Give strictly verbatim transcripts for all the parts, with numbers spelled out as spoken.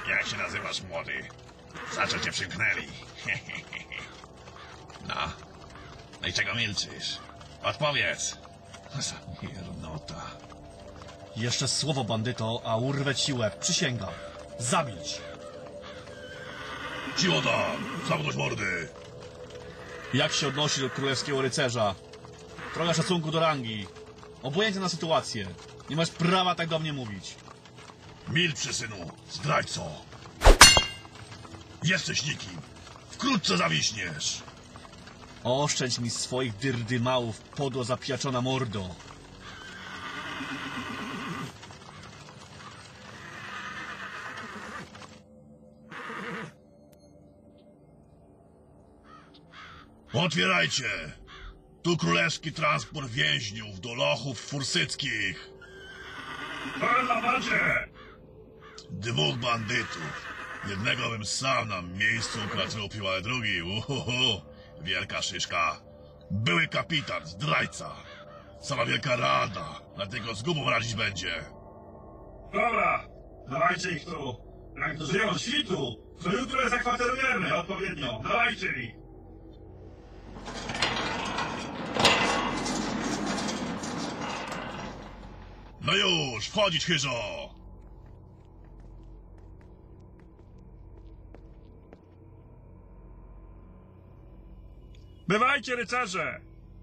Jak się nazywasz, młody? Za co cię przymknęli? No. No i czego milczysz? Odpowiedz. Za miernota. Jeszcze słowo, bandyto, a urwę ci łeb. Przysięgam. Zamilcz. Cicho tam! Zamknąć mordy! Jak się odnosi do królewskiego rycerza? Trochę szacunku do rangi. Obojętnie na sytuację. Nie masz prawa tak do mnie mówić. Milcz, synu, zdrajco! Jesteś nikim. Wkrótce zawiśniesz. Oszczędź mi swoich dyrdymałów, podło zapijaczona mordo. Otwierajcie! Tu królewski transport więźniów do lochów fursyckich. Pana macie! Dwóch bandytów. Jednego bym sam na miejscu ukradł, ale drugi, uhuhu, wielka szyszka. Były kapitan, zdrajca. Sama wielka rada, dlatego z gumą radzić będzie. Dobra, dawajcie ich tu. Jak dożyją świtu, to jutro je zakwaterujemy odpowiednio. Dawajcie ich. No już, wchodzić, chyżo! Bywajcie, rycerze!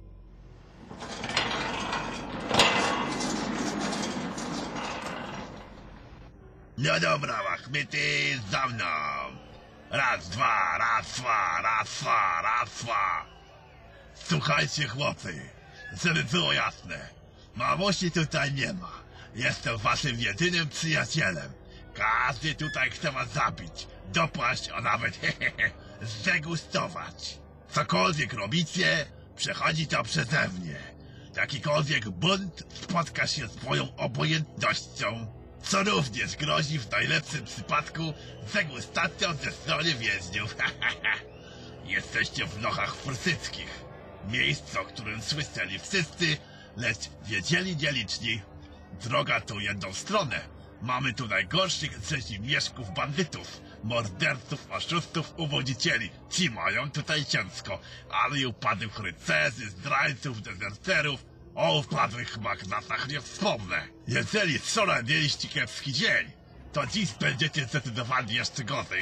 No dobra, łachmyty, za mną. Raz, dwa, raz, dwa, raz, dwa, raz, dwa. Słuchajcie, chłopcy, żeby było jasne. Mamości tutaj nie ma. Jestem waszym jedynym przyjacielem. Każdy tutaj chce was zabić, dopaść, a nawet hehehe, zdegustować. Cokolwiek robicie, przechodzi to przeze mnie. Jakikolwiek bunt spotka się z moją obojętnością, co również grozi w najlepszym przypadku degustacją ze strony więźniów. Jesteście w lochach fursyckich. Miejsce, o którym słyszeli wszyscy, lecz wiedzieli nieliczni. Droga tu jedną stronę. Mamy tu najgorszych rzezimieszków bandytów, morderców, oszustów, uwodzicieli. Ci mają tutaj ciężko, ale i upadłych rycerzy, zdrajców, dezerterów, o upadłych magnatach nie wspomnę. Jeżeli wczoraj mieliście kiepski dzień, to dziś będziecie zdecydowanie jeszcze gorzej.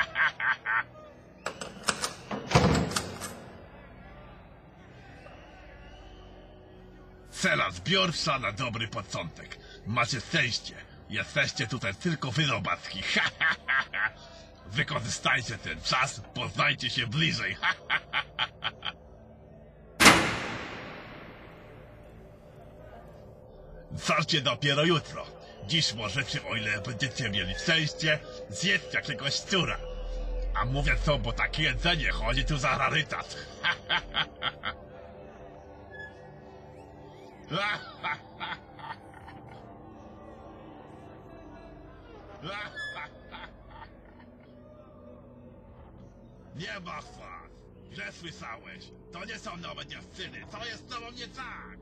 Cela zbiorcza na dobry początek. Macie szczęście. Jesteście tutaj tylko wy, robacki. Wykorzystajcie ten czas, poznajcie się bliżej. Zacznie dopiero jutro. Dziś możecie, o ile będziecie mieli szczęście, zjeść jakiegoś szczura. A mówię co, bo takie jedzenie chodzi tu za rarytas. Nie ma was! Źle słyszałeś! To nie są nowe dziewczyny! Co jest z tobą nie tak?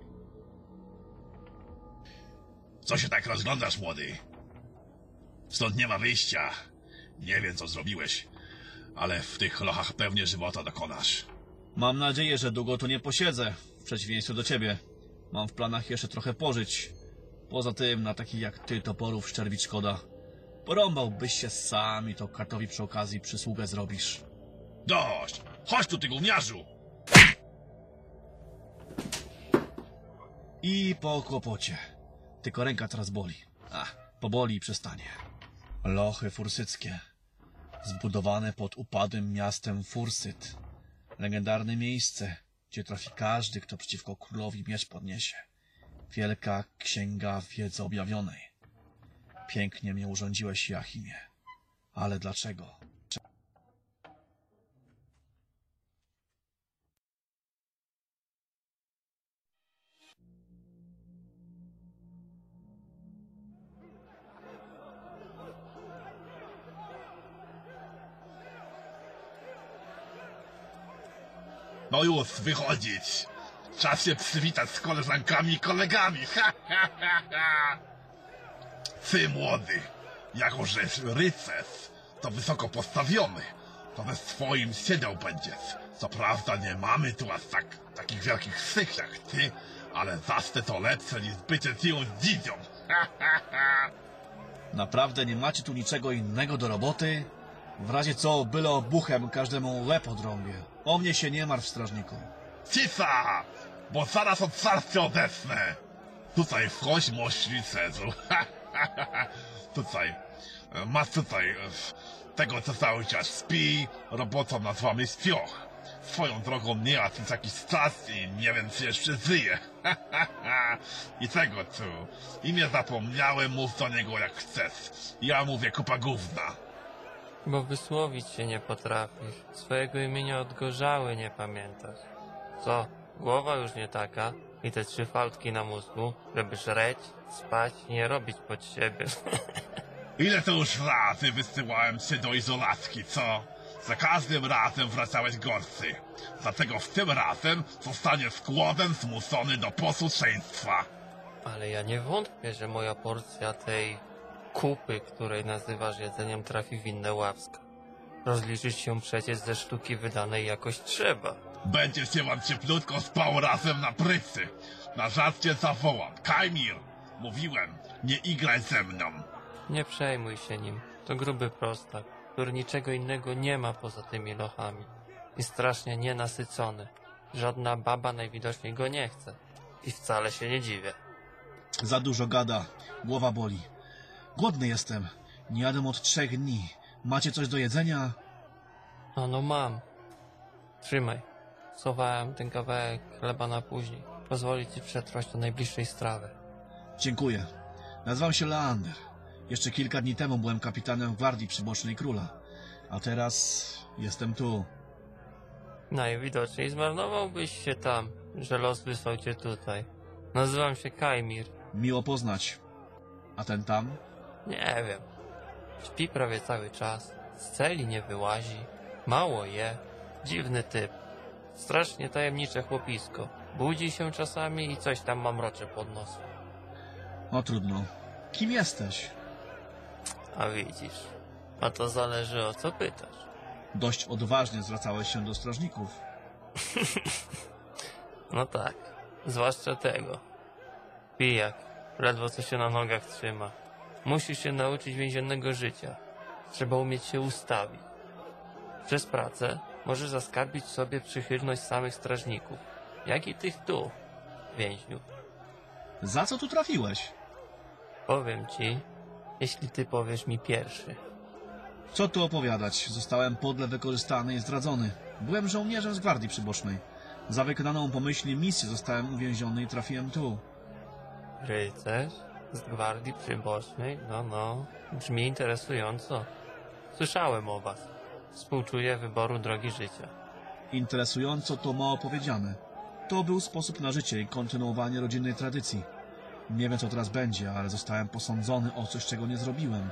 Co się tak rozglądasz, młody? Stąd nie ma wyjścia. Nie wiem, co zrobiłeś, ale w tych lochach pewnie żywota dokonasz. Mam nadzieję, że długo tu nie posiedzę, w przeciwieństwie do ciebie. Mam w planach jeszcze trochę pożyć. Poza tym, na takich jak ty toporów szczerbić szkoda. Porąbałbyś się sam i to kartowi przy okazji przysługę zrobisz. Dość! Chodź tu, ty gówniarzu! I po kłopocie. Tylko ręka teraz boli. Ach, poboli i przestanie. Lochy fursyckie. Zbudowane pod upadłym miastem Fursyt. Legendarne miejsce, gdzie trafi każdy, kto przeciwko królowi miecz podniesie. Wielka księga wiedzy objawionej. Pięknie mnie urządziłeś, Joachimie. Ale dlaczego? No już, wychodzić! Czas się przywitać z koleżankami i kolegami! Ha, ha, ha, ha. Ty, młody, Jako, że rycerz to wysoko postawiony, to ze swoim siedział będziesz. Co prawda nie mamy tu aż tak, takich wielkich szyk jak ty, ale zawsze to lepsze niż bycie cią dzidzią. Naprawdę nie macie tu niczego innego do roboty? W razie co, byle obuchem każdemu łeb odrąbię. O mnie się nie martw, strażniku. Cisza! Bo zaraz od carstwa odetnę. Tutaj wchodź, mość rycerzu. Tutaj. Masz tutaj e, tego, co cały czas śpi, robotą nazwamy śpioch. Swoją drogą nie ma tu jakiś czas i nie wiem, czy jeszcze żyje. I tego tu. Imię zapomniałem, mów do niego jak chcesz. Ja mówię kupa gówna. Bo wysłowić się nie potrafisz. Swojego imienia od gorzały nie pamiętasz. Co? Głowa już nie taka i te trzy fałdki na mózgu, żeby żreć, spać i nie robić pod siebie. Ile to już razy wysyłałem się do izolacji, co? Za każdym razem wracałeś gorszy. Dlatego w tym razem zostaniesz głodem zmuszony do posłuszeństwa. Ale ja nie wątpię, że moja porcja tej kupy, której nazywasz jedzeniem, trafi w inne łapska. Rozliczyć się przecież ze sztuki wydanej jakoś trzeba. Będzie się wam cieplutko spał razem na prycy. Na żarcie zawołam. Kajmir! Mówiłem, nie igraj ze mną. Nie przejmuj się nim. To gruby prostak, który niczego innego nie ma poza tymi lochami. I strasznie nienasycony. Żadna baba najwidoczniej go nie chce. I wcale się nie dziwię. Za dużo gada. Głowa boli. Głodny jestem. Nie jadłem od trzech dni. Macie coś do jedzenia? No, no mam. Trzymaj. Schowałem ten kawałek chleba na później. Pozwoli ci przetrwać do najbliższej strawy. Dziękuję. Nazywam się Leander. Jeszcze kilka dni temu byłem kapitanem Gwardii Przybocznej Króla. A teraz jestem tu. Najwidoczniej zmarnowałbyś się tam, że los wysłał cię tutaj. Nazywam się Kajmir. Miło poznać. A ten tam? Nie wiem. Śpi prawie cały czas. Z celi nie wyłazi. Mało je. Dziwny typ. Strasznie tajemnicze chłopisko. Budzi się czasami i coś tam mamrocze pod nosem. O, trudno. Kim jesteś? A widzisz. A to zależy, o co pytasz. Dość odważnie zwracałeś się do strażników. No tak. Zwłaszcza tego. Pijak. Ledwo co się na nogach trzyma. Musisz się nauczyć więziennego życia. Trzeba umieć się ustawić. Przez pracę możesz zaskarbić sobie przychylność samych strażników, jak i tych tu, więźniów. Za co tu trafiłeś? Powiem ci, jeśli ty powiesz mi pierwszy. Co tu opowiadać? Zostałem podle wykorzystany i zdradzony. Byłem żołnierzem z Gwardii Przybocznej. Za wykonaną pomyślnie misję zostałem uwięziony i trafiłem tu. Rycerz? Z Gwardii Przybocznej? No, no. Brzmi interesująco. Słyszałem o was. Współczuję wyboru drogi życia. Interesująco to mało powiedziane. To był sposób na życie i kontynuowanie rodzinnej tradycji. Nie wiem, co teraz będzie, ale zostałem posądzony o coś, czego nie zrobiłem.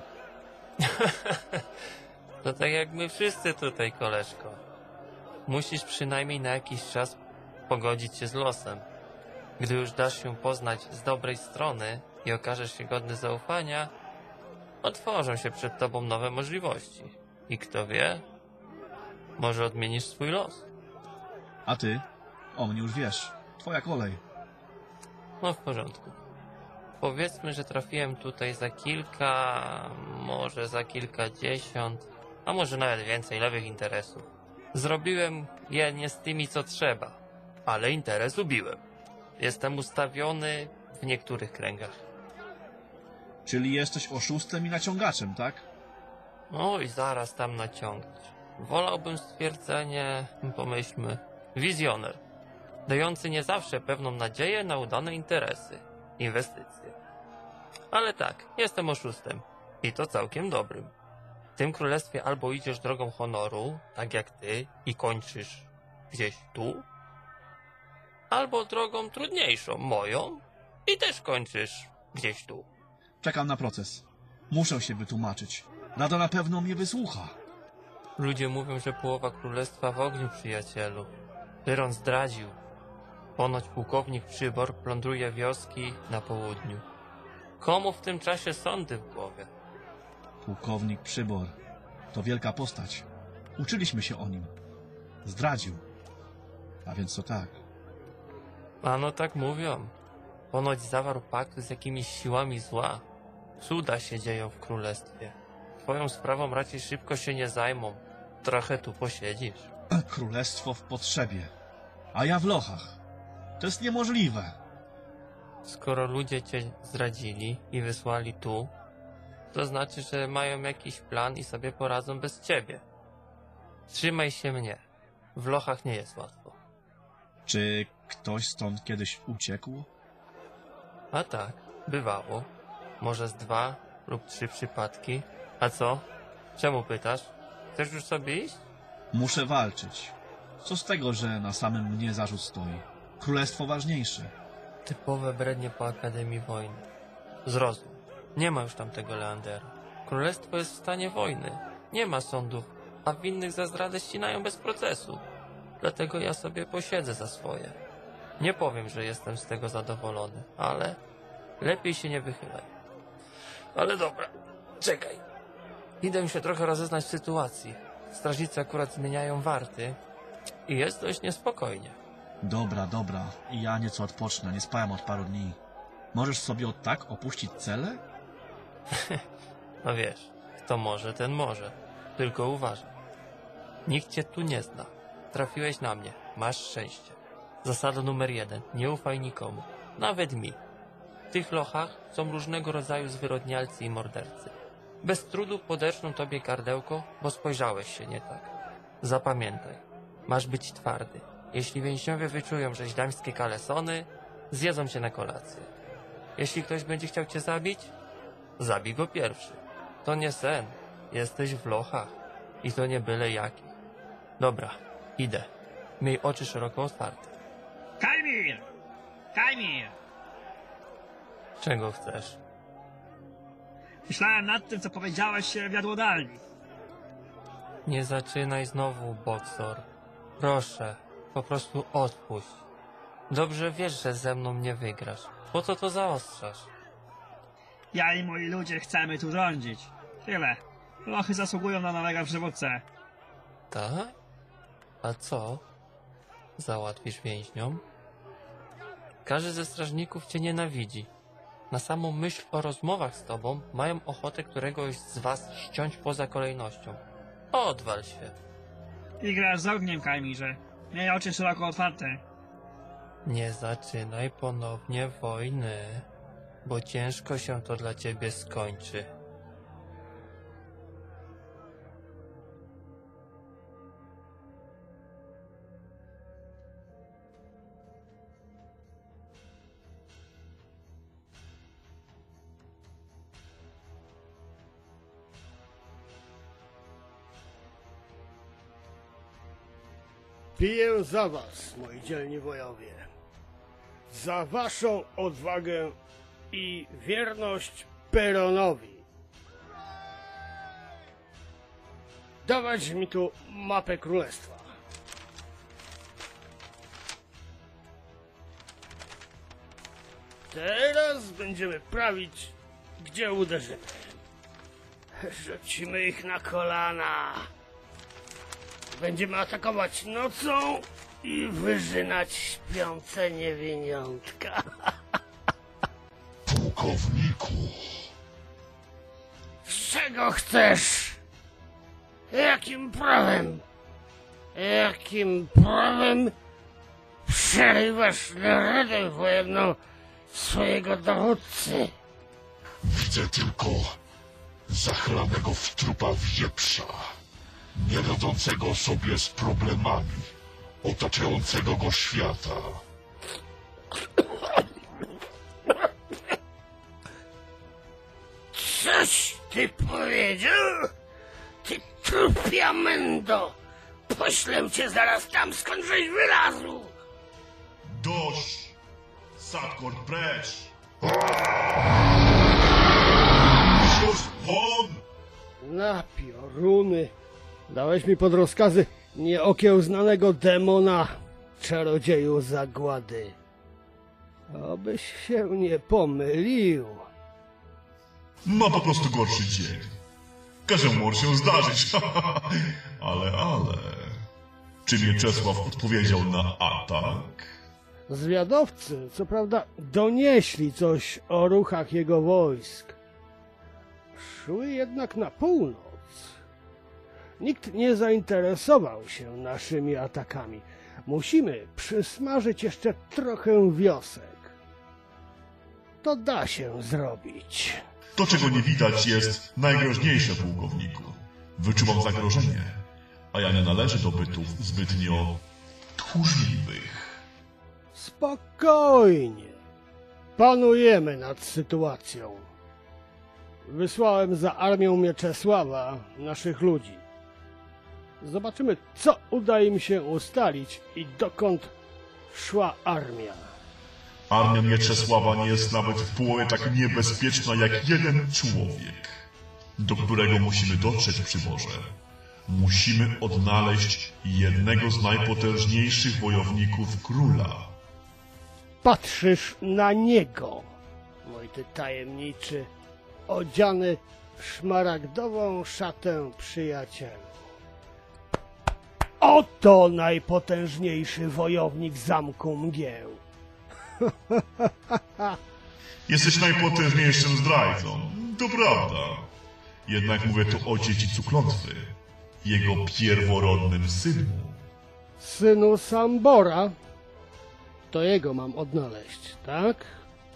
To tak jak my wszyscy tutaj, koleżko. Musisz przynajmniej na jakiś czas pogodzić się z losem. Gdy już dasz się poznać z dobrej strony i okażesz się godny zaufania, otworzą się przed tobą nowe możliwości. I kto wie, może odmienisz swój los. A ty? O mnie już wiesz. Twoja kolej. No w porządku. Powiedzmy, że trafiłem tutaj za kilka, może za kilkadziesiąt, a może nawet więcej lewych interesów. Zrobiłem je nie z tymi, co trzeba, ale interes ubiłem. Jestem ustawiony w niektórych kręgach. Czyli jesteś oszustem i naciągaczem, tak? No i zaraz tam naciągnąć. Wolałbym stwierdzenie, pomyślmy, wizjoner, dający nie zawsze pewną nadzieję na udane interesy, inwestycje. Ale tak, jestem oszustem i to całkiem dobrym. W tym królestwie albo idziesz drogą honoru, tak jak ty, i kończysz gdzieś tu, albo drogą trudniejszą, moją, i też kończysz gdzieś tu. Czekam na proces. Muszę się wytłumaczyć. Rada na pewno mnie wysłucha. Ludzie mówią, że połowa królestwa w ogniu, przyjacielu. Tyron zdradził. Ponoć pułkownik Przybor plądruje wioski na południu. Komu w tym czasie sądy w głowie? Pułkownik Przybor to wielka postać. Uczyliśmy się o nim. Zdradził. A więc to tak. Ano tak mówią. Ponoć zawarł pakt z jakimiś siłami zła. Cuda się dzieją w królestwie. Twoją sprawą raczej szybko się nie zajmą. Trochę tu posiedzisz. Królestwo w potrzebie. A ja w lochach. To jest niemożliwe. Skoro ludzie cię zdradzili i wysłali tu, to znaczy, że mają jakiś plan i sobie poradzą bez ciebie. Trzymaj się mnie. W lochach nie jest łatwo. Czy ktoś stąd kiedyś uciekł? A tak, bywało. Może z dwa lub trzy przypadki. A co? Czemu pytasz? Chcesz już sobie iść? Muszę walczyć. Co z tego, że na samym mnie zarzut stoi? Królestwo ważniejsze. Typowe brednie po Akademii Wojny. Zrozum. Nie ma już tamtego Leandera. Królestwo jest w stanie wojny. Nie ma sądów, a winnych za zdradę ścinają bez procesu. Dlatego ja sobie posiedzę za swoje. Nie powiem, że jestem z tego zadowolony, ale lepiej się nie wychylaj. Ale dobra, czekaj. Idę się trochę rozeznać w sytuacji. Strażnicy akurat zmieniają warty i jest dość niespokojnie. Dobra, dobra. I ja nieco odpocznę. Nie spałem od paru dni. Możesz sobie od tak opuścić cele? No wiesz, kto może, ten może. Tylko uważaj. Nikt cię tu nie zna. Trafiłeś na mnie. Masz szczęście. Zasada numer jeden. Nie ufaj nikomu. Nawet mi. W tych lochach są różnego rodzaju zwyrodnialcy i mordercy. Bez trudu podeszną tobie kardełko, bo spojrzałeś się nie tak. Zapamiętaj. Masz być twardy. Jeśli więźniowie wyczują, żeś damskie kalesony, zjedzą cię na kolację. Jeśli ktoś będzie chciał cię zabić, zabij go pierwszy. To nie sen. Jesteś w lochach. I to nie byle jaki. Dobra, idę. Miej oczy szeroko otwarte. Kajmir! Kajmir! Czego chcesz? Myślałem nad tym, co powiedziałeś w jadłodalni. Nie zaczynaj znowu, boksor. Proszę, po prostu odpuść. Dobrze wiesz, że ze mną nie wygrasz. Po co to zaostrzasz? Ja i moi ludzie chcemy tu rządzić. Tyle. Lochy zasługują na nowego przywódcę. Tak? A co? Załatwisz więźniom? Każdy ze strażników cię nienawidzi. Na samą myśl o rozmowach z tobą mają ochotę któregoś z was ściąć poza kolejnością. Odwal się. I grasz z ogniem, Kajmirze. Miej oczy szeroko otwarte. Nie zaczynaj ponownie wojny, bo ciężko się to dla ciebie skończy. Piję za was, moi dzielni wojowie. Za waszą odwagę i wierność Peronowi. Dawać mi tu mapę królestwa. Teraz będziemy prawić, gdzie uderzymy. Rzucimy ich na kolana. Będziemy atakować nocą i wyżynać śpiące niewiniątka. Pułkowniku, Czego chcesz? Jakim prawem? Jakim prawem przerywasz naradę wojenną swojego dowódcy? widzę tylko zachlanego w trupa wieprza, nie radzącego sobie z problemami otaczającego go świata. Coś ty powiedział? Ty trupia mendo! Poślę cię zaraz tam, skąd żeś wylazł! Dość! Sadkord, precz! Już won! Na pioruny! Dałeś mi pod rozkazy nieokiełznanego demona, czarodzieju zagłady. Obyś się nie pomylił. Ma po prostu gorszy dzień. Każe mu się zdarzyć. ale, ale... Czy Mieczysław odpowiedział na atak? Zwiadowcy, co prawda, donieśli coś o ruchach jego wojsk. Szły jednak na północ. Nikt nie zainteresował się naszymi atakami. Musimy przysmażyć jeszcze trochę wiosek. To da się zrobić. To, czego nie widać, jest najgroźniejsze, pułkowniku. Wyczuwam zagrożenie, a ja nie należę do bytów zbytnio tchórzliwych. Spokojnie. Panujemy nad sytuacją. Wysłałem za armią Mieczysława naszych ludzi. Zobaczymy, co uda im się ustalić i dokąd szła armia. Armia Mieczysława nie jest nawet w połowie tak niebezpieczna jak jeden człowiek, do którego musimy dotrzeć, przyborze. Musimy odnaleźć jednego z najpotężniejszych wojowników króla. Patrzysz na niego, mój ty tajemniczy, odziany w szmaragdową szatę przyjacielu. Oto najpotężniejszy wojownik Zamku Mgieł. Jesteś najpotężniejszym zdrajcą, to prawda. Jednak mówię tu o dziedzicu klątwy, jego pierworodnym synu. Synu Sambora? To jego mam odnaleźć, tak?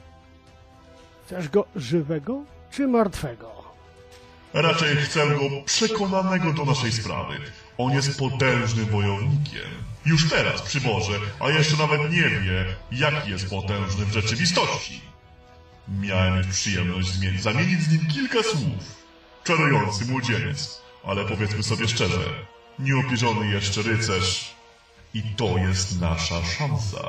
Chcesz go żywego czy martwego? Raczej chcę go przekonanego do naszej sprawy. On jest potężnym wojownikiem. Już teraz, przyborze, a jeszcze nawet nie wie, jaki jest potężny w rzeczywistości. Miałem już przyjemność zmienić, zamienić z nim kilka słów. Czarujący młodzieniec, ale powiedzmy sobie szczerze, nieopierzony jeszcze rycerz. I to jest nasza szansa.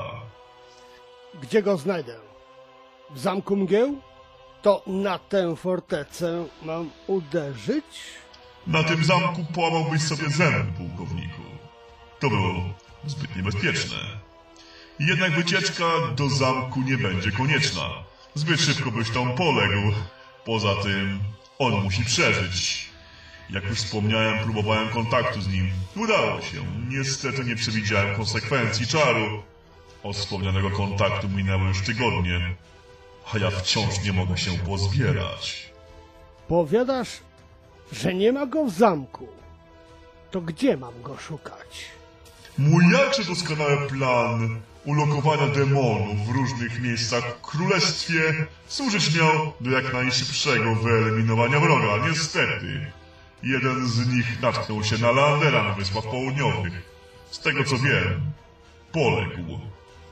Gdzie go znajdę? W Zamku Mgieł? To na tę fortecę mam uderzyć? Na tym zamku połamałbyś sobie zęby, pułkowniku. To było zbyt niebezpieczne. Jednak wycieczka do zamku nie będzie konieczna. Zbyt szybko byś tam poległ. Poza tym on musi przeżyć. Jak już wspomniałem, próbowałem kontaktu z nim. Udało się. Niestety nie przewidziałem konsekwencji czaru. Od wspomnianego kontaktu minęły już tygodnie, a ja wciąż nie mogę się pozbierać. Powiadasz, że nie ma go w zamku. To gdzie mam go szukać? Mój jakże doskonały plan ulokowania demonów w różnych miejscach w królestwie służyć miał do jak najszybszego wyeliminowania wroga. Niestety, jeden z nich natknął się na Leandera na Wyspach Południowych. Z tego co wiem, poległ.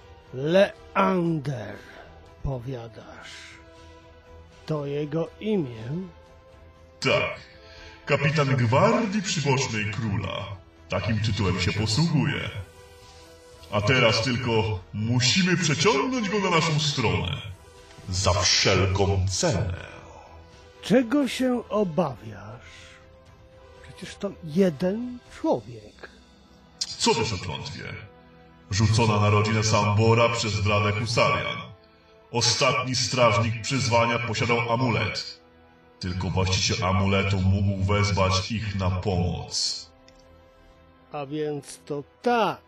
Leander, powiadasz. To jego imię? Tak, kapitan Gwardii Przybocznej Króla. Takim tytułem się posługuje. A teraz tylko musimy przeciągnąć go na naszą stronę. Za wszelką cenę. Czego się obawiasz? Przecież to jeden człowiek. Co wiesz o klątwie? Rzucona na rodzinę Sambora przez zdradę Husarian. Ostatni strażnik przyzwania posiadał amulet. Tylko właściciel amuletu mógł wezwać ich na pomoc. A więc to tak.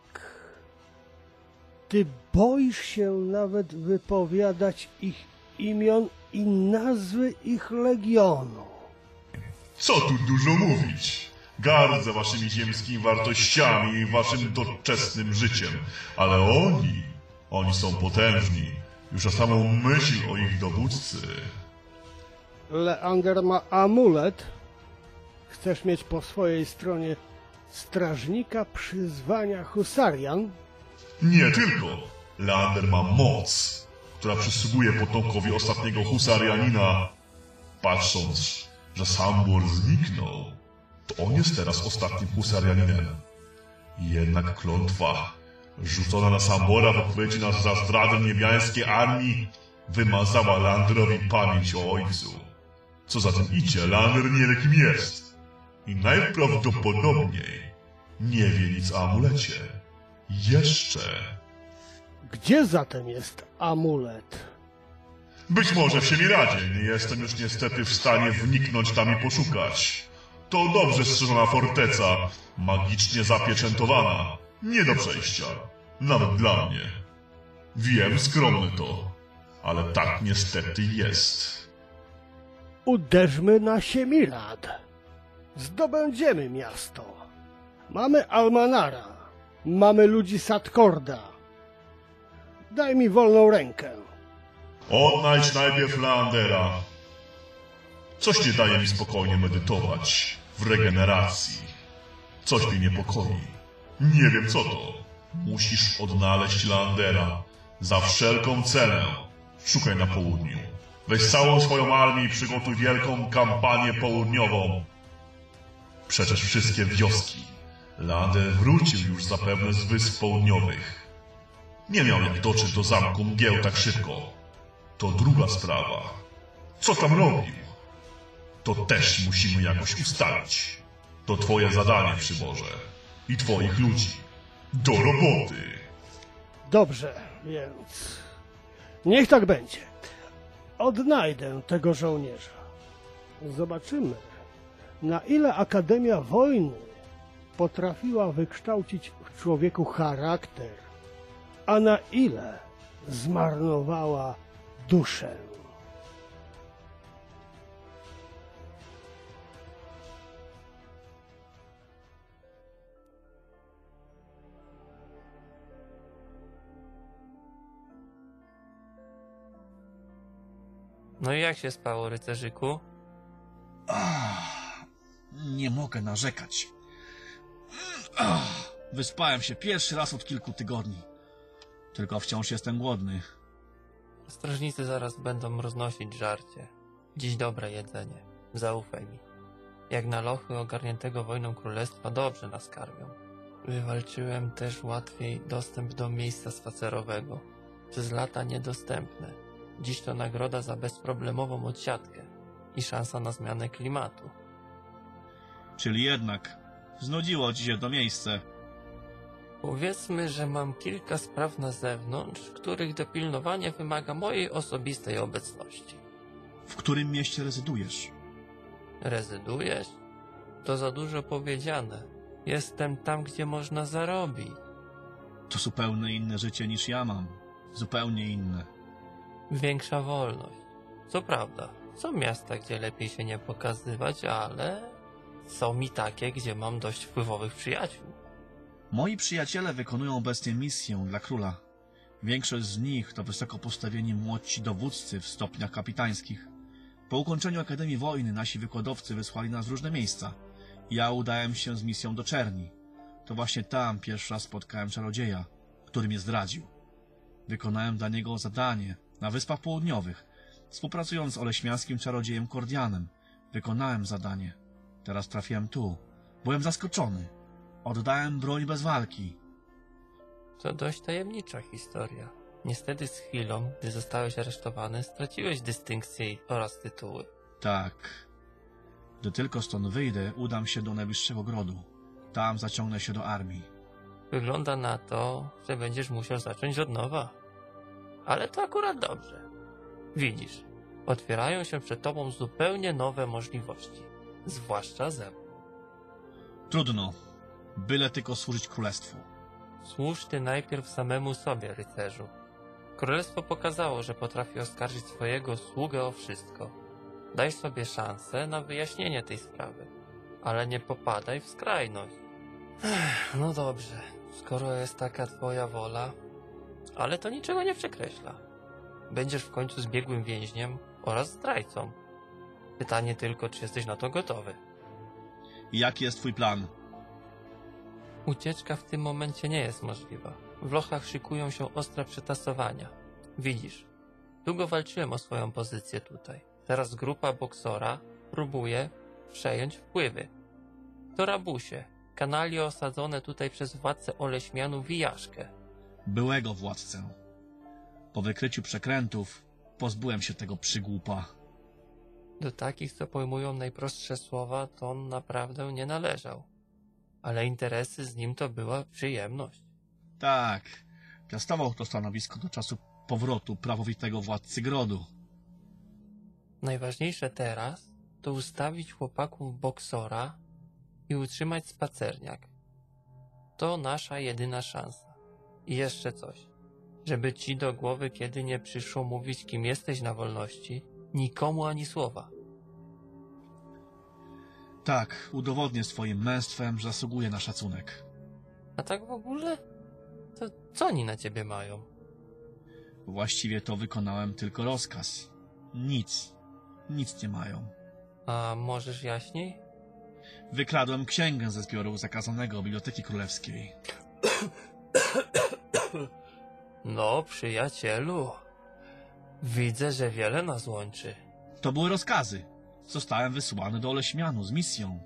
Ty boisz się nawet wypowiadać ich imion i nazwy ich legionu. Co tu dużo mówić? Gardzę waszymi ziemskimi wartościami i waszym doczesnym życiem. Ale oni, oni są potężni. Już o samą myśl o ich dowódcy. Leander ma amulet. Chcesz mieć po swojej stronie strażnika przyzwania Husarian? Nie tylko. Leander ma moc, która przysługuje potomkowi ostatniego Husarianina. Patrząc, że Sambor zniknął, to on jest teraz ostatnim Husarianinem. Jednak klątwa rzucona na Sambora w odpowiedzi na za zdradę niebiańskiej armii wymazała Leanderowi pamięć o ojcu. Co za tym idzie, Leander nie wie kim jest. I najprawdopodobniej nie wie nic o amulecie. Jeszcze. Gdzie zatem jest amulet? Być może w Siemiradzie. Nie jestem już niestety w stanie wniknąć tam i poszukać. To dobrze strzeżona forteca, magicznie zapieczętowana. Nie do przejścia. Nawet dla mnie. Wiem, skromne to, ale tak niestety jest. Uderzmy na Siemilad. Zdobędziemy miasto. Mamy Almanara. Mamy ludzi Sadkorda. Daj mi wolną rękę. Odnajdź najpierw Leandera. Coś nie daje mi spokojnie medytować w regeneracji. Coś mnie niepokoi. Nie wiem co to. Musisz odnaleźć Leandera. Za wszelką cenę. Szukaj na południu. Weź całą swoją armię i przygotuj wielką kampanię południową. Przeczesz wszystkie wioski. Leander wrócił już zapewne z Wysp Południowych. Nie miał jak dotrzeć do zamku mgieł tak szybko. To druga sprawa. Co tam robił? To też musimy jakoś ustalić. To twoje zadanie, przyborze. I twoich ludzi. Do roboty! Dobrze, więc... Niech tak będzie. Odnajdę tego żołnierza. Zobaczymy, na ile Akademia Wojny potrafiła wykształcić w człowieku charakter, a na ile zmarnowała duszę. No i jak się spało, rycerzyku? Ach, nie mogę narzekać. Ach, wyspałem się pierwszy raz od kilku tygodni. Tylko wciąż jestem głodny. Strażnicy zaraz będą roznosić żarcie. Dziś dobre jedzenie. Zaufaj mi. Jak na lochy ogarniętego wojną królestwa dobrze nas karmią. Wywalczyłem też łatwiej dostęp do miejsca spacerowego. Przez lata niedostępne. Dziś to nagroda za bezproblemową odsiadkę i szansa na zmianę klimatu. Czyli jednak znudziło ci się to miejsce. Powiedzmy, że mam kilka spraw na zewnątrz, których dopilnowanie wymaga mojej osobistej obecności. W którym mieście rezydujesz? Rezydujesz? To za dużo powiedziane. Jestem tam, gdzie można zarobić. To zupełnie inne życie niż ja mam. Zupełnie inne. Większa wolność. Co prawda, są miasta, gdzie lepiej się nie pokazywać, ale są i takie, gdzie mam dość wpływowych przyjaciół. Moi przyjaciele wykonują obecnie misję dla króla. Większość z nich to wysoko postawieni młodsi dowódcy w stopniach kapitańskich. Po ukończeniu Akademii Wojny nasi wykładowcy wysłali nas w różne miejsca. Ja udałem się z misją do Czerni. To właśnie tam pierwszy raz spotkałem czarodzieja, który mnie zdradził. Wykonałem dla niego zadanie na Wyspach Południowych, współpracując z oleśmiańskim czarodziejem Kordianem. Wykonałem zadanie. Teraz trafiłem tu. Byłem zaskoczony. Oddałem broń bez walki. To dość tajemnicza historia. Niestety z chwilą, gdy zostałeś aresztowany, straciłeś dystynkcje oraz tytuły. Tak. Gdy tylko stąd wyjdę, udam się do najbliższego grodu. Tam zaciągnę się do armii. Wygląda na to, że będziesz musiał zacząć od nowa. Ale to akurat dobrze. Widzisz, otwierają się przed tobą zupełnie nowe możliwości. Zwłaszcza ze mną. Trudno. Byle tylko służyć królestwu. Służ ty najpierw samemu sobie, rycerzu. Królestwo pokazało, że potrafi oskarżyć swojego sługę o wszystko. Daj sobie szansę na wyjaśnienie tej sprawy. Ale nie popadaj w skrajność. Ech, no dobrze, skoro jest taka twoja wola... Ale to niczego nie przekreśla. Będziesz w końcu zbiegłym więźniem oraz zdrajcą. Pytanie tylko, czy jesteś na to gotowy. Jaki jest twój plan? Ucieczka w tym momencie nie jest możliwa. W lochach szykują się ostre przetasowania. Widzisz, długo walczyłem o swoją pozycję tutaj. Teraz grupa Boksora próbuje przejąć wpływy. To rabusie, kanalie osadzone tutaj przez władcę Oleśmianów Wijaszkę. Byłego władcę. Po wykryciu przekrętów pozbyłem się tego przygłupa. Do takich, co pojmują najprostsze słowa, to on naprawdę nie należał. Ale interesy z nim to była przyjemność. Tak, piastował to stanowisko do czasu powrotu prawowitego władcy grodu. Najważniejsze teraz to ustawić chłopaków boksora i utrzymać spacerniak. To nasza jedyna szansa. I jeszcze coś. Żeby ci do głowy kiedy nie przyszło mówić, kim jesteś na wolności, nikomu ani słowa. Tak, udowodnię swoim męstwem, że zasługuję na szacunek. A tak w ogóle? To co oni na ciebie mają? Właściwie to wykonałem tylko rozkaz. Nic. Nic nie mają. A możesz jaśniej? Wykradłem księgę ze zbioru zakazanego Biblioteki Królewskiej. No, przyjacielu. Widzę, że wiele nas łączy. To były rozkazy. Zostałem wysłany do Oleśmianu z misją.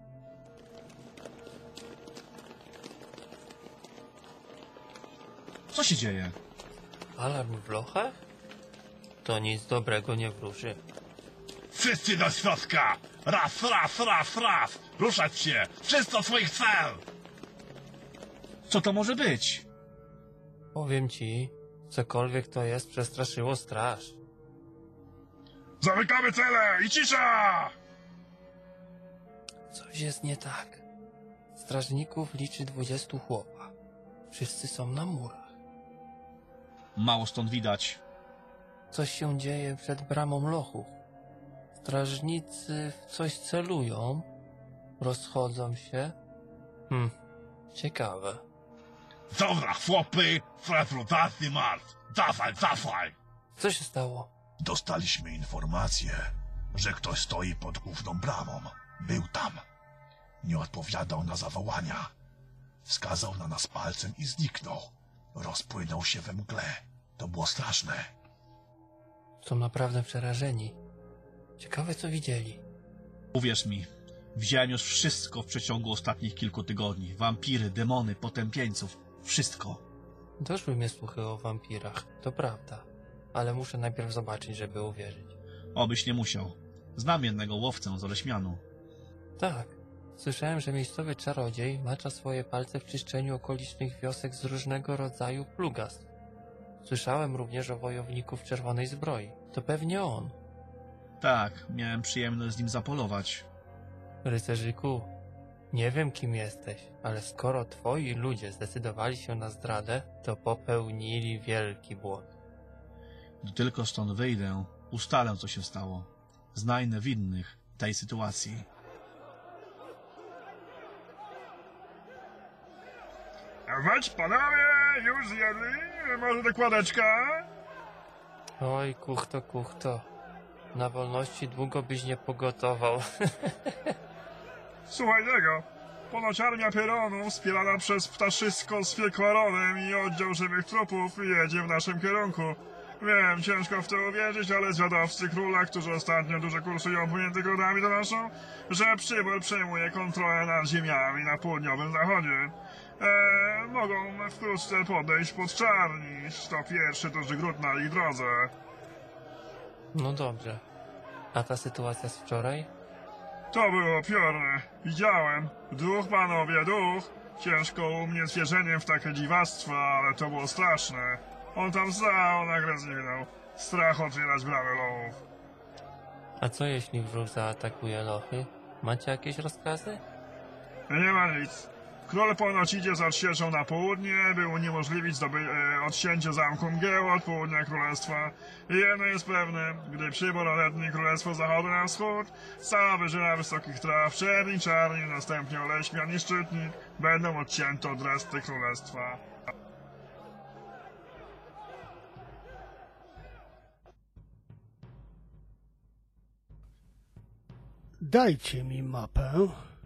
Co się dzieje? Alarm w lochach? To nic dobrego nie wróży. Wszyscy do środka! Raz, raz, raz, raz! Ruszać się! Wszyscy do swoich cel! Co to może być? Powiem ci, cokolwiek to jest, przestraszyło straż. Zamykamy cele i cisza! Coś jest nie tak. Strażników liczy dwudziestu chłopa. Wszyscy są na murach. Mało stąd widać. Coś się dzieje przed bramą lochów. Strażnicy w coś celują. Rozchodzą się. Hm, ciekawe. Dobra, chłopy! Refrutacji marsz! Dawaj, dawaj! Co się stało? Dostaliśmy informację, że ktoś stoi pod główną bramą. Był tam. Nie odpowiadał na zawołania. Wskazał na nas palcem i zniknął. Rozpłynął się we mgle. To było straszne. Są naprawdę przerażeni. Ciekawe, co widzieli. Uwierz mi, widziałem już wszystko w przeciągu ostatnich kilku tygodni. Wampiry, demony, potępieńców. Wszystko. Doszły mnie słuchy o wampirach, to prawda. Ale muszę najpierw zobaczyć, żeby uwierzyć. Obyś nie musiał. Znam jednego łowcę z Oleśmianu. Tak. Słyszałem, że miejscowy czarodziej macza swoje palce w czyszczeniu okolicznych wiosek z różnego rodzaju plugastw. Słyszałem również o wojowniku w czerwonej zbroi. To pewnie on. Tak, miałem przyjemność z nim zapolować. Rycerzyku, nie wiem kim jesteś, ale skoro twoi ludzie zdecydowali się na zdradę, to popełnili wielki błąd. Gdy tylko stąd wyjdę, ustalę, co się stało. Znajdę winnych tej sytuacji. Weź panowie, już zjedli? Może dokładeczka? Oj, kuchto, kuchto. Na wolności długo byś nie pogotował. Słuchaj tego. Ponoć armia Peronu, wspierana przez ptaszysko z Fiekwaronem i oddział żywych trupów, jedzie w naszym kierunku. Wiem, ciężko w to uwierzyć, ale zwiadowcy króla, którzy ostatnio dużo kursują pomiędzy grodami, donoszą, że przybór przejmuje kontrolę nad ziemiami na południowym zachodzie. Eee, mogą wkrótce podejść pod Czarnisz. To pierwszy duży gród na ich drodze. No dobrze. A ta sytuacja z wczoraj? To było piorne. Widziałem. Duch, panowie, duch. Ciężko u mnie z wierzeniem w takie dziwactwa, ale to było straszne. On tam stał, nagle zniknął. Strach otwierać bramę lochów. A co jeśli wróg zaatakuje lochy? Macie jakieś rozkazy? Nie ma nic. Król ponoć idzie z odsieczą na południe, by uniemożliwić zdoby- e, odcięcie zamku mgieł od południa królestwa. I jedno jest pewne, gdy przybór odetnie królestwo zachodu na wschód, cała wyżyna wysokich traw, czerni, czarni, następnie Oleśmian i Szczytnik będą odcięte od reszty królestwa. Dajcie mi mapę.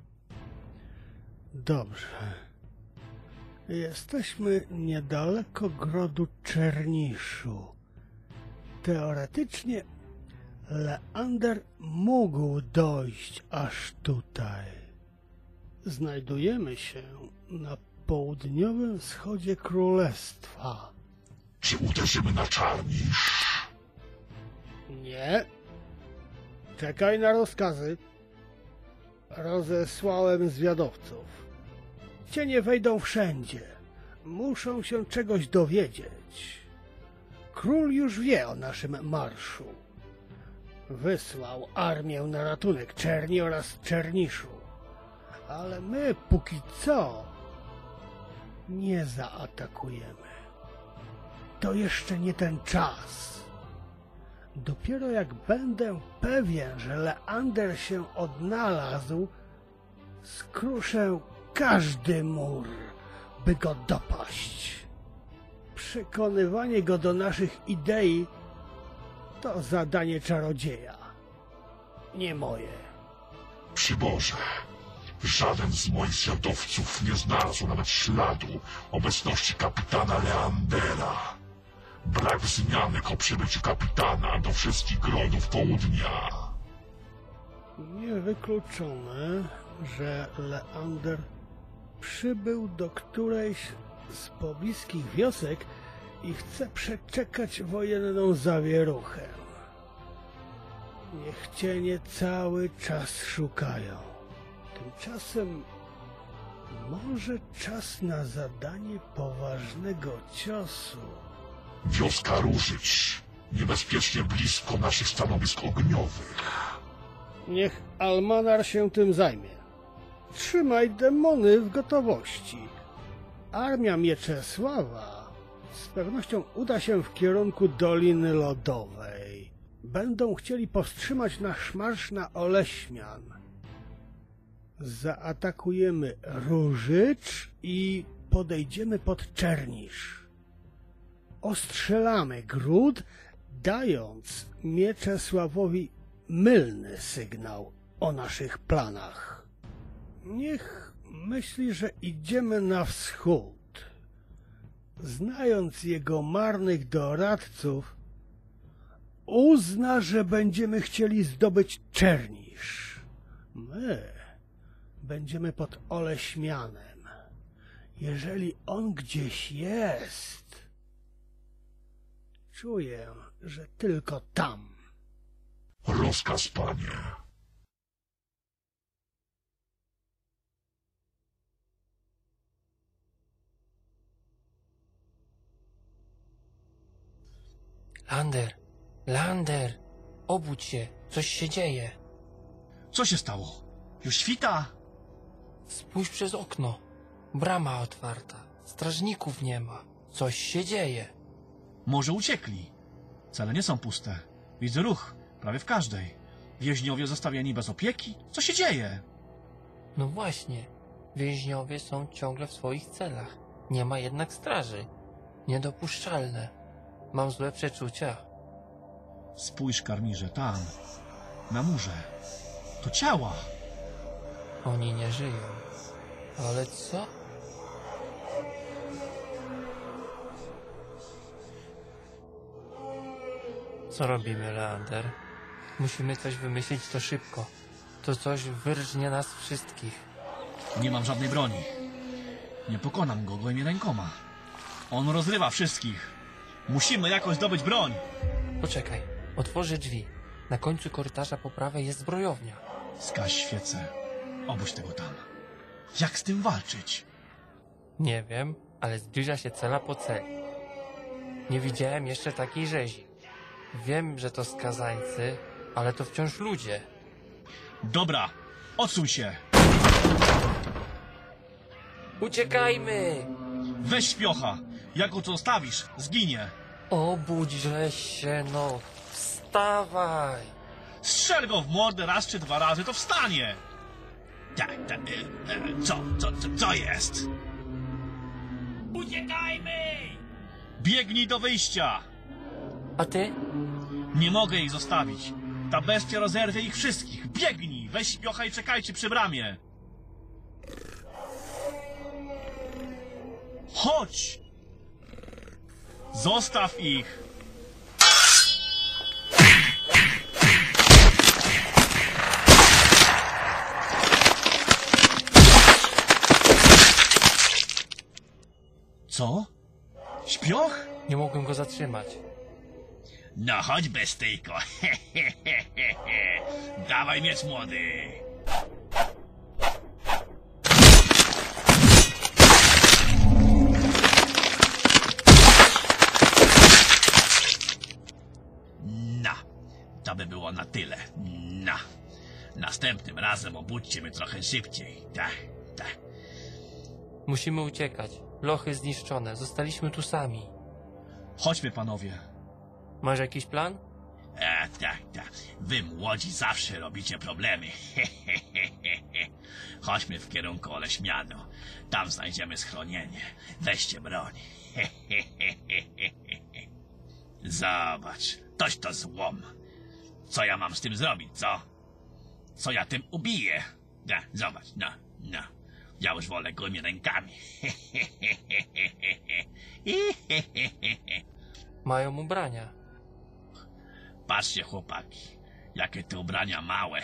Dobrze. Jesteśmy niedaleko grodu Czerniszu. Teoretycznie Leander mógł dojść aż tutaj. Znajdujemy się na południowym wschodzie królestwa. Czy uderzymy na Czarnisz? Nie. Czekaj na rozkazy. Rozesłałem zwiadowców. Cienie wejdą wszędzie. Muszą się czegoś dowiedzieć. Król już wie o naszym marszu. wysłał armię na ratunek Czerni oraz Czerniszu. Ale my póki co nie zaatakujemy. To jeszcze nie ten czas. Dopiero jak będę pewien, że Leander się odnalazł, skruszę każdy mur, by go dopaść. Przekonywanie go do naszych idei to zadanie czarodzieja, nie moje. Przyboże, żaden z moich zwiadowców nie znalazł nawet śladu obecności kapitana Leandera. Brak wzmianek o przybyciu kapitana do wszystkich grodów południa. Niewykluczone, że Leander przybył do którejś z pobliskich wiosek i chce przeczekać wojenną zawieruchę. Niech cienie cały czas szukają. Tymczasem może czas na zadanie poważnego ciosu. Wioska Różyć, niebezpiecznie blisko naszych stanowisk ogniowych. Niech Almanar się tym zajmie. Trzymaj demony w gotowości. Armia Mieczesława z pewnością uda się w kierunku Doliny Lodowej. Będą chcieli powstrzymać nasz marsz na Oleśmian. Zaatakujemy Różycz i podejdziemy pod Czernisz. Ostrzelamy gród, dając Mieczesławowi mylny sygnał o naszych planach. Niech myśli, że idziemy na wschód. Znając jego marnych doradców, uzna, że będziemy chcieli zdobyć Czernisz. My będziemy pod Oleśmianem. Jeżeli on gdzieś jest, czuję, że tylko tam. Rozkaz, panie. Lander, Lander, obudź się, coś się dzieje. Co się stało? Już świta? Spójrz przez okno. Brama otwarta. Strażników nie ma. Coś się dzieje. Może uciekli. Cele nie są puste. Widzę ruch, prawie w każdej. Więźniowie zostawieni bez opieki? Co się dzieje? No właśnie. Więźniowie są ciągle w swoich celach. Nie ma jednak straży. Niedopuszczalne. Mam złe przeczucia. Spójrz, Karmirze, tam, na murze. To ciała. Oni nie żyją. Ale co? Co robimy, Leander? Musimy coś wymyślić to szybko. To coś wyrżnie nas wszystkich. Nie mam żadnej broni. Nie pokonam go gołymi rękoma. On rozrywa wszystkich. Musimy jakoś zdobyć broń. Poczekaj, otworzę drzwi. Na końcu korytarza po prawej jest zbrojownia. Zgaś świecę. Obudź tego tam. Jak z tym walczyć? Nie wiem, ale zbliża się cela po celi. Nie widziałem jeszcze takiej rzezi. Wiem, że to skazańcy, ale to wciąż ludzie. Dobra, odsuń się. Uciekajmy! Weź śpiocha. Jak go tu zostawisz, zginie. Obudźże się, no. Wstawaj! Strzel go w mordę raz czy dwa razy, to wstanie. Tak, tak, e, e, co, co, co, co jest? Uciekajmy! Biegnij do wyjścia. A ty? Nie mogę ich zostawić. Ta bestia rozerwie ich wszystkich. Biegnij, weź śpiocha i czekajcie przy bramie. Chodź! Zostaw ich! Co? Śpioch? Nie mogłem go zatrzymać. No chodź, bestyjko. Dawaj miecz, młody. No, to by było na tyle. czasem obudźcie mnie trochę szybciej. Tak, tak. Musimy uciekać. Lochy zniszczone. Zostaliśmy tu sami. Chodźmy, panowie. Masz jakiś plan? E, tak, tak. Wy młodzi zawsze robicie problemy. Chodźmy w kierunku Oleśmianu. Tam znajdziemy schronienie. Weźcie broń. Zobacz, toś to złom. Co ja mam z tym zrobić, co? Co ja tym ubiję? No, zobacz, no, no. Ja już wolę gołymi rękami. Mają ubrania. Patrzcie, chłopaki, jakie te ubrania małe.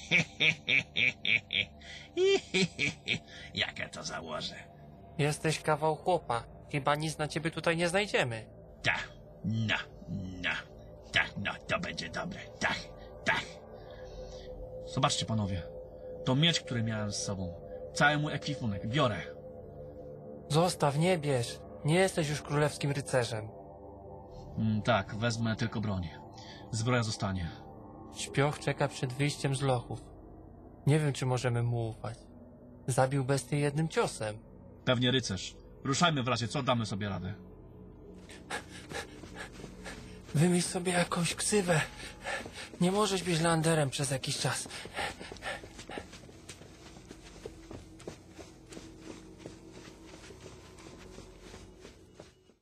Jak ja to założę? Jesteś kawał chłopa. Chyba nic na ciebie tutaj nie znajdziemy. Tak, no, no, tak, no, to będzie dobre, tak, tak. Zobaczcie, panowie. To miecz, który miałem z sobą. Cały mój ekwipunek. Biorę. Zostaw, nie bierz. Nie jesteś już królewskim rycerzem. Mm, tak, wezmę tylko broń. Zbroja zostanie. Śpioch czeka przed wyjściem z lochów. Nie wiem, czy możemy mu ufać. Zabił bestię jednym ciosem. Pewnie rycerz. Ruszajmy w razie co, damy sobie radę. Wymyśl sobie jakąś ksywę. Nie możesz być Leanderem przez jakiś czas.